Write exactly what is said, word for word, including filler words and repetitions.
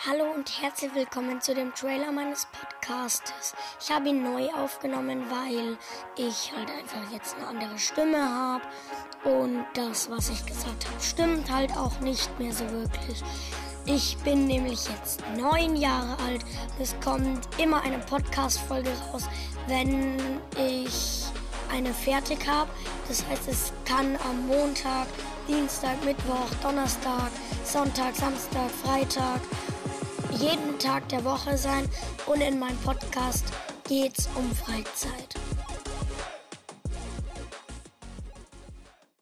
Hallo und herzlich willkommen zu dem Trailer meines Podcastes. Ich habe ihn neu aufgenommen, weil ich halt einfach jetzt eine andere Stimme habe. Und das, was ich gesagt habe, stimmt halt auch nicht mehr so wirklich. Ich bin nämlich jetzt neun Jahre alt. Es kommt immer eine Podcast-Folge raus, wenn ich eine fertig habe. Das heißt, es kann am Montag, Dienstag, Mittwoch, Donnerstag, Sonntag, Samstag, Freitag, jeden Tag der Woche sein. Und in meinem Podcast geht's um Freizeit.